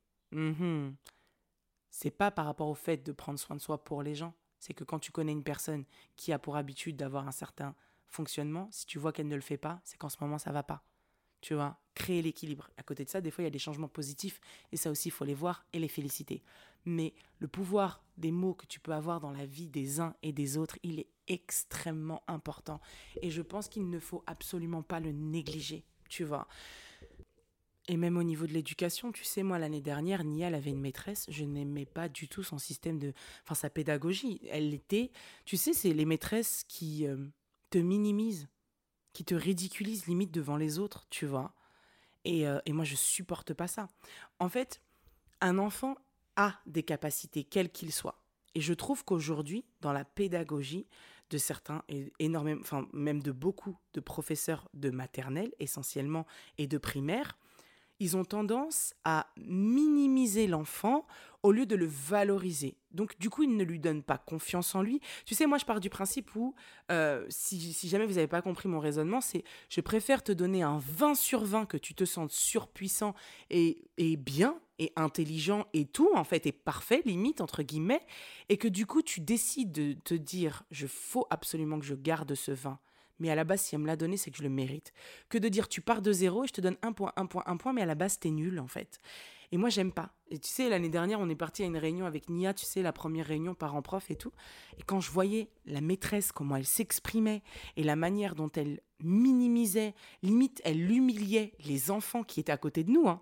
C'est pas par rapport au fait de prendre soin de soi pour les gens. C'est que quand tu connais une personne qui a pour habitude d'avoir un certain fonctionnement, si tu vois qu'elle ne le fait pas, c'est qu'en ce moment ça va pas. Tu vois, créer l'équilibre. À côté de ça, des fois il y a des changements positifs et ça aussi il faut les voir et les féliciter. Mais le pouvoir des mots que tu peux avoir dans la vie des uns et des autres, il est extrêmement important. Et je pense qu'il ne faut absolument pas le négliger, tu vois. Et même au niveau de l'éducation, tu sais, moi, l'année dernière, Nia, elle avait une maîtresse, je n'aimais pas du tout son système Enfin, sa pédagogie. Elle était... Tu sais, c'est les maîtresses qui te minimisent, qui te ridiculisent limite devant les autres, tu vois. Et moi, je supporte pas ça. En fait, un enfant a des capacités, quelles qu'ils soient. Et je trouve qu'aujourd'hui, dans la pédagogie de certains, et énormément, enfin, même de beaucoup de professeurs de maternelle, essentiellement, et de primaire, ils ont tendance à minimiser l'enfant au lieu de le valoriser. Donc, du coup, ils ne lui donnent pas confiance en lui. Tu sais, moi, je pars du principe où, si jamais vous n'avez pas compris mon raisonnement, c'est je préfère te donner un 20 sur 20 que tu te sentes surpuissant et bien, et intelligent et tout, en fait, et parfait, limite, entre guillemets, et que du coup, tu décides de te dire, faut absolument que je garde ce 20. Mais à la base, si elle me l'a donné, c'est que je le mérite. Que de dire, tu pars de 0 et je te donne 1 point, 1 point, 1 point, mais à la base, t'es nul, en fait. Et moi, j'aime pas. Et tu sais, l'année dernière, on est parti à une réunion avec Nia, tu sais, la première réunion parents-prof et tout. Et quand je voyais la maîtresse, comment elle s'exprimait, et la manière dont elle minimisait, limite, elle humiliait les enfants qui étaient à côté de nous,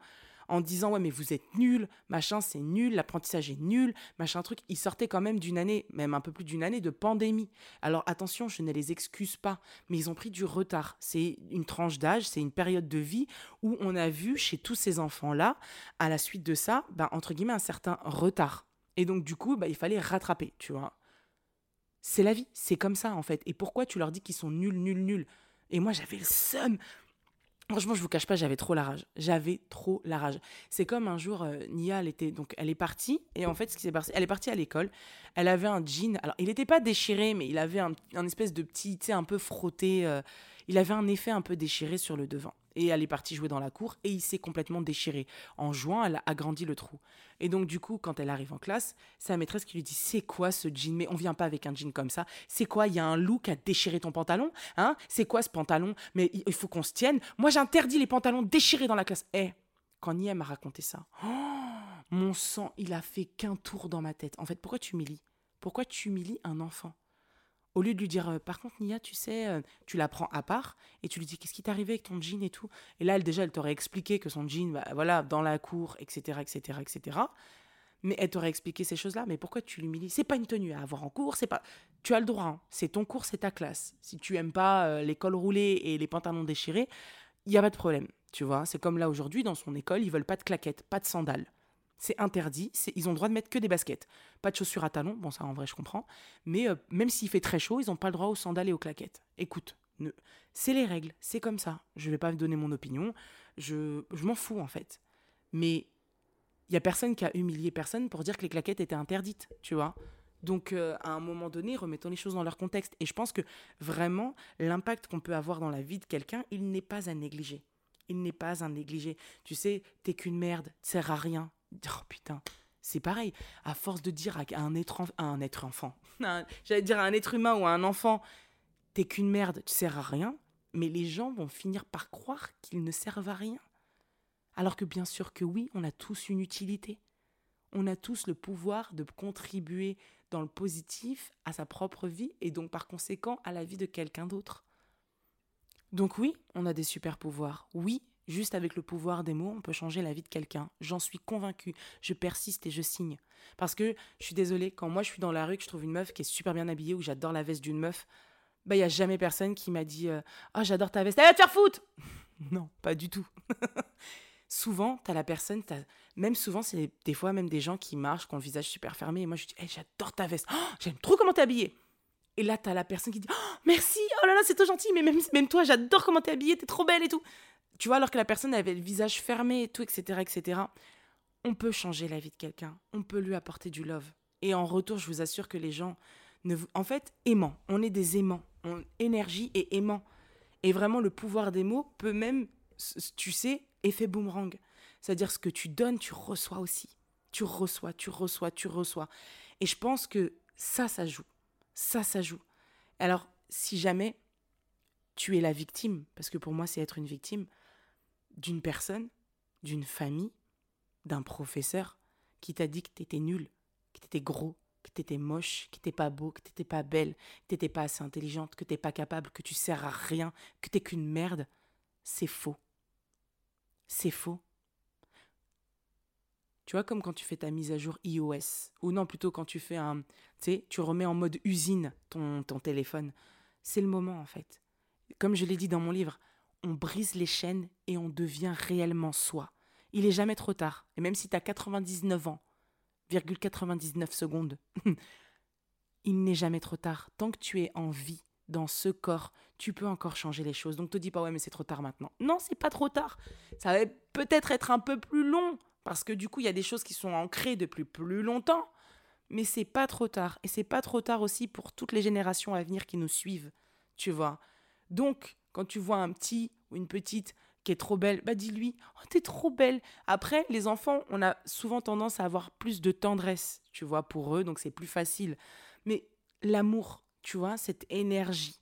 en disant « Ouais, mais vous êtes nuls, machin, c'est nul, l'apprentissage est nul, machin truc ». Ils sortaient quand même d'une année, même un peu plus d'une année, de pandémie. Alors attention, je ne les excuse pas, mais ils ont pris du retard. C'est une tranche d'âge, c'est une période de vie où on a vu chez tous ces enfants-là, à la suite de ça, entre guillemets, un certain retard. Et donc, du coup, il fallait rattraper, tu vois. C'est la vie, c'est comme ça, en fait. Et pourquoi tu leur dis qu'ils sont nuls, nuls, nuls ? Et moi, j'avais le seum. Franchement, je vous cache pas, j'avais trop la rage. J'avais trop la rage. C'est comme un jour, Nia, elle est partie. Et en fait, ce qui s'est passé, elle est partie à l'école. Elle avait un jean. Alors, il n'était pas déchiré, mais il avait un espèce de petit, tu sais, un peu frotté. Il avait un effet un peu déchiré sur le devant. Et elle est partie jouer dans la cour et il s'est complètement déchiré. En jouant, elle a agrandi le trou. Et donc, du coup, quand elle arrive en classe, c'est la maîtresse qui lui dit « C'est quoi ce jean ? Mais on vient pas avec un jean comme ça. C'est quoi ? Il y a un loup qui a déchiré ton pantalon ? Hein ? C'est quoi ce pantalon ? Mais il faut qu'on se tienne. Moi, j'interdis les pantalons déchirés dans la classe. » Quand Nia m'a raconté ça, mon sang, il a fait qu'un tour dans ma tête. En fait, pourquoi tu humilies ? Pourquoi tu humilies un enfant ? Au lieu de lui dire, par contre, Nia, tu sais, tu la prends à part et tu lui dis, qu'est-ce qui t'est arrivé avec ton jean et tout ? Et là, elle t'aurait expliqué que son jean, voilà, dans la cour, etc., etc., etc. Mais elle t'aurait expliqué ces choses-là. Mais pourquoi tu l'humilies ? C'est pas une tenue à avoir en cours, c'est pas... Tu as le droit, hein. C'est ton cours, c'est ta classe. Si tu aimes pas les cols roulés et les pantalons déchirés, il n'y a pas de problème, tu vois. C'est comme là, aujourd'hui, dans son école, ils veulent pas de claquettes, pas de sandales. C'est interdit, ils ont le droit de mettre que des baskets. Pas de chaussures à talons, bon ça en vrai je comprends, mais même s'il fait très chaud, ils n'ont pas le droit aux sandales et aux claquettes. Écoute, c'est les règles, c'est comme ça. Je vais pas donner mon opinion, je m'en fous en fait. Mais il y a personne qui a humilié personne pour dire que les claquettes étaient interdites, tu vois. Donc à un moment donné, remettons les choses dans leur contexte. Et je pense que vraiment, l'impact qu'on peut avoir dans la vie de quelqu'un, il n'est pas à négliger. Il n'est pas à négliger. Tu sais, t'es qu'une merde, tu sers à rien. Oh putain, c'est pareil. À force de dire à un être enfant, j'allais dire à un être humain ou à un enfant, t'es qu'une merde, tu sers à rien, mais les gens vont finir par croire qu'ils ne servent à rien. Alors que bien sûr que oui, on a tous une utilité. On a tous le pouvoir de contribuer dans le positif à sa propre vie et donc par conséquent à la vie de quelqu'un d'autre. Donc oui, on a des super pouvoirs. Oui, juste avec le pouvoir des mots, on peut changer la vie de quelqu'un. J'en suis convaincue. Je persiste et je signe. Parce que, je suis désolée, quand moi je suis dans la rue, que je trouve une meuf qui est super bien habillée ou j'adore la veste d'une meuf, il n'y a jamais personne qui m'a dit « Ah, j'adore ta veste, elle va te faire foutre !» Non, pas du tout. Souvent, t'as la personne, même souvent, c'est des fois même des gens qui marchent, qui ont le visage super fermé, et moi je dis hey, « J'adore ta veste, oh, j'aime trop comment t'es habillée !» Et là, t'as la personne qui dit oh, « Merci, oh là là, c'est trop gentil, mais même toi, j'adore comment t'es habillée, t'es trop belle et tout. » Tu vois, alors que la personne avait le visage fermé et tout, etc., etc. On peut changer la vie de quelqu'un, on peut lui apporter du love. Et en retour, je vous assure que les gens, en fait, aimants, on est des aimants, énergie et aimant. Et vraiment, le pouvoir des mots peut même, tu sais, effet boomerang. C'est-à-dire ce que tu donnes, tu reçois aussi. Tu reçois, tu reçois, tu reçois. Et je pense que ça joue. Ça joue. Alors, si jamais tu es la victime, parce que pour moi, c'est être une victime, d'une personne, d'une famille, d'un professeur qui t'a dit que t'étais nul, que t'étais gros, que t'étais moche, que t'étais pas beau, que t'étais pas belle, que t'étais pas assez intelligente, que t'es pas capable, que tu sers à rien, que t'es qu'une merde, c'est faux. C'est faux. Tu vois, comme quand tu fais ta mise à jour iOS, ou non, plutôt quand tu fais tu sais, tu remets en mode usine ton téléphone. C'est le moment, en fait. Comme je l'ai dit dans mon livre, on brise les chaînes et on devient réellement soi. Il est jamais trop tard. Et même si tu as 99 ans, 99 secondes, il n'est jamais trop tard. Tant que tu es en vie dans ce corps, tu peux encore changer les choses. Donc te dis pas ouais mais c'est trop tard maintenant. Non, c'est pas trop tard. Ça va peut-être être un peu plus long parce que du coup il y a des choses qui sont ancrées depuis plus longtemps. Mais c'est pas trop tard. Et c'est pas trop tard aussi pour toutes les générations à venir qui nous suivent. Tu vois. Donc quand tu vois un petit ou une petite qui est trop belle, dis-lui « Oh, t'es trop belle !» Après, les enfants, on a souvent tendance à avoir plus de tendresse, tu vois, pour eux, donc c'est plus facile. Mais l'amour, tu vois, cette énergie,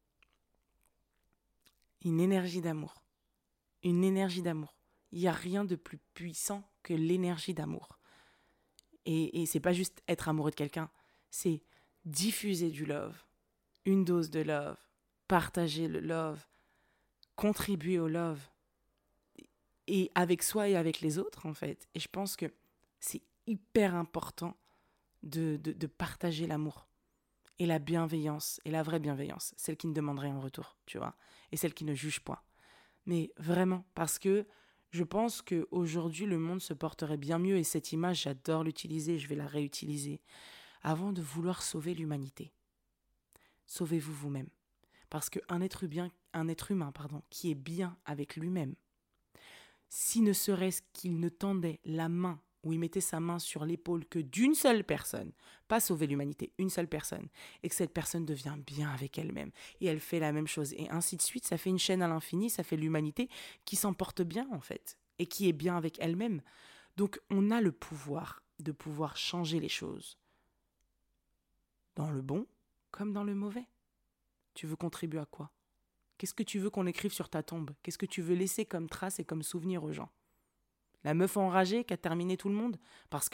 une énergie d'amour. Une énergie d'amour. Il n'y a rien de plus puissant que l'énergie d'amour. Et c'est pas juste être amoureux de quelqu'un, c'est diffuser du love, une dose de love, partager le love, contribuer au love. et avec soi et avec les autres, en fait. Et je pense que c'est hyper important de partager l'amour et la bienveillance, et la vraie bienveillance, celle qui ne demande rien en retour, tu vois, et celle qui ne juge point. Mais vraiment, parce que je pense qu'aujourd'hui, le monde se porterait bien mieux, et cette image, j'adore l'utiliser, je vais la réutiliser, avant de vouloir sauver l'humanité. Sauvez-vous vous-même. Parce qu'un être humain, qui est bien avec lui-même, si ne serait-ce qu'il ne tendait la main ou il mettait sa main sur l'épaule que d'une seule personne, pas sauver l'humanité, une seule personne, et que cette personne devient bien avec elle-même, et elle fait la même chose, et ainsi de suite, ça fait une chaîne à l'infini, ça fait l'humanité qui s'en porte bien, en fait, et qui est bien avec elle-même. Donc, on a le pouvoir de pouvoir changer les choses, dans le bon comme dans le mauvais. Tu veux contribuer à quoi ? Qu'est-ce que tu veux qu'on écrive sur ta tombe ? Qu'est-ce que tu veux laisser comme trace et comme souvenir aux gens ? La meuf enragée qui a terminé tout le monde parce que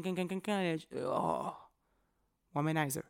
womanizer.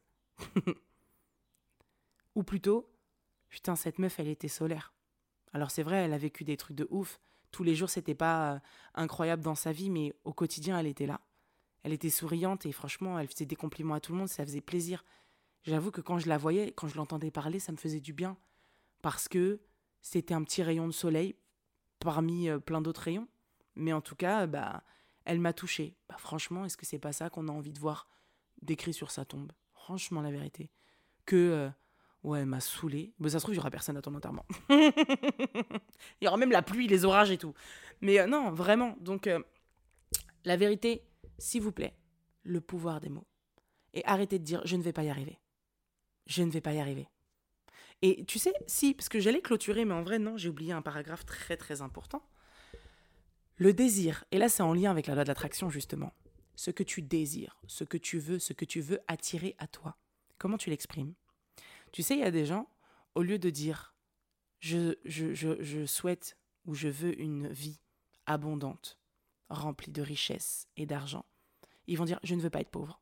Ou plutôt, putain, cette meuf, elle était solaire. Alors c'est vrai, elle a vécu des trucs de ouf. Tous les jours, c'était pas incroyable dans sa vie, mais au quotidien, elle était là. Elle était souriante et franchement, elle faisait des compliments à tout le monde, ça faisait plaisir. J'avoue que quand je la voyais, quand je l'entendais parler, ça me faisait du bien. Parce que c'était un petit rayon de soleil parmi plein d'autres rayons. Mais en tout cas, elle m'a touchée. Franchement, est-ce que c'est pas ça qu'on a envie de voir décrit sur sa tombe ? Franchement, la vérité. Que, elle m'a saoulée. Ça se trouve, il n'y aura personne à ton enterrement. Il y aura même la pluie, les orages et tout. Mais non, vraiment. Donc, la vérité, s'il vous plaît, le pouvoir des mots. Et arrêtez de dire « je ne vais pas y arriver ». Je ne vais pas y arriver. Et tu sais, si, parce que j'allais clôturer, mais en vrai, non, j'ai oublié un paragraphe très, très important. Le désir, et là, c'est en lien avec la loi de l'attraction, justement. Ce que tu désires, ce que tu veux attirer à toi. Comment tu l'exprimes ? Tu sais, il y a des gens, au lieu de dire je souhaite ou je veux une vie abondante, remplie de richesse et d'argent, ils vont dire je ne veux pas être pauvre.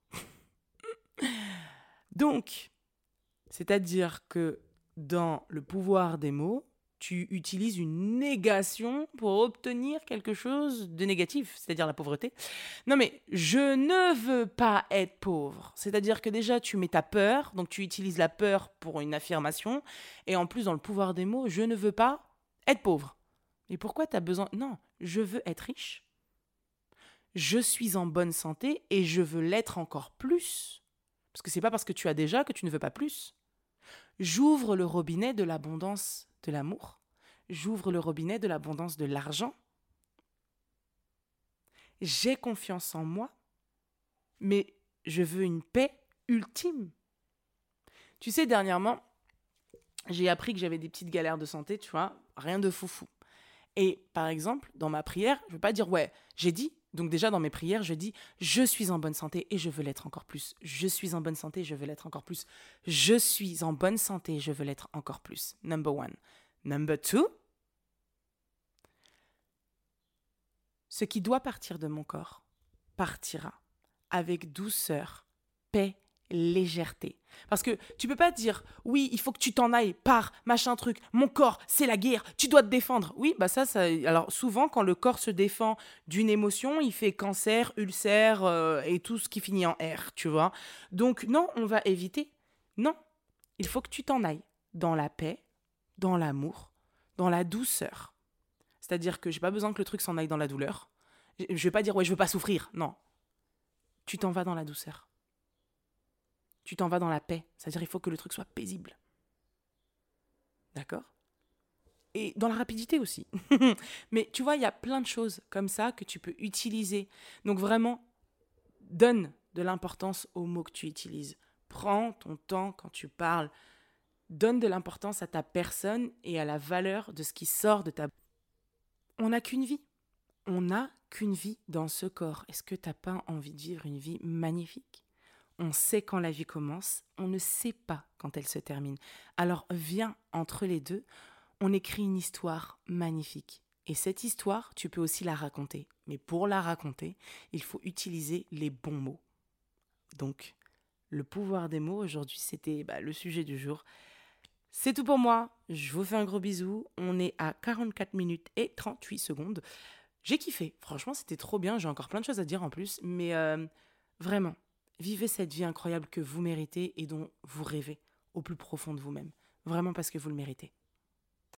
Donc, c'est-à-dire que dans le pouvoir des mots, tu utilises une négation pour obtenir quelque chose de négatif, c'est-à-dire la pauvreté. Non mais, je ne veux pas être pauvre. C'est-à-dire que déjà, tu mets ta peur, donc tu utilises la peur pour une affirmation, et en plus, dans le pouvoir des mots, je ne veux pas être pauvre. Mais pourquoi tu as besoin... Non, je veux être riche. Je suis en bonne santé et je veux l'être encore plus. Parce que c'est pas parce que tu as déjà que tu ne veux pas plus. J'ouvre le robinet de l'abondance de l'amour. J'ouvre le robinet de l'abondance de l'argent. J'ai confiance en moi, mais je veux une paix ultime. Tu sais, dernièrement, j'ai appris que j'avais des petites galères de santé, tu vois, rien de foufou. Et par exemple, dans ma prière, je ne veux pas dire j'ai dit. Donc déjà dans mes prières, je dis je suis en bonne santé et je veux l'être encore plus. Je suis en bonne santé, je veux l'être encore plus. Je suis en bonne santé, je veux l'être encore plus. Number 1. Number 2. Ce qui doit partir de mon corps partira avec douceur, paix, légèreté. Parce que tu peux pas dire oui, il faut que tu t'en ailles par machin truc, mon corps, c'est la guerre, tu dois te défendre. Oui, ça alors souvent quand le corps se défend d'une émotion, il fait cancer, ulcère et tout ce qui finit en R, tu vois. Donc non, on va éviter. Non, il faut que tu t'en ailles dans la paix, dans l'amour, dans la douceur. C'est-à-dire que j'ai pas besoin que le truc s'en aille dans la douleur. Je vais pas dire je veux pas souffrir. Non. Tu t'en vas dans la douceur. Tu t'en vas dans la paix. C'est-à-dire il faut que le truc soit paisible. D'accord ? Et dans la rapidité aussi. Mais tu vois, il y a plein de choses comme ça que tu peux utiliser. Donc vraiment, donne de l'importance aux mots que tu utilises. Prends ton temps quand tu parles. Donne de l'importance à ta personne et à la valeur de ce qui sort de ta... On n'a qu'une vie. On n'a qu'une vie dans ce corps. Est-ce que tu n'as pas envie de vivre une vie magnifique ? On sait quand la vie commence, on ne sait pas quand elle se termine. Alors viens, entre les deux, on écrit une histoire magnifique. Et cette histoire, tu peux aussi la raconter. Mais pour la raconter, il faut utiliser les bons mots. Donc, le pouvoir des mots, aujourd'hui, c'était le sujet du jour. C'est tout pour moi. Je vous fais un gros bisou. On est à 44 minutes et 38 secondes. J'ai kiffé. Franchement, c'était trop bien. J'ai encore plein de choses à dire en plus. Mais vraiment, vivez cette vie incroyable que vous méritez et dont vous rêvez au plus profond de vous-même. Vraiment parce que vous le méritez.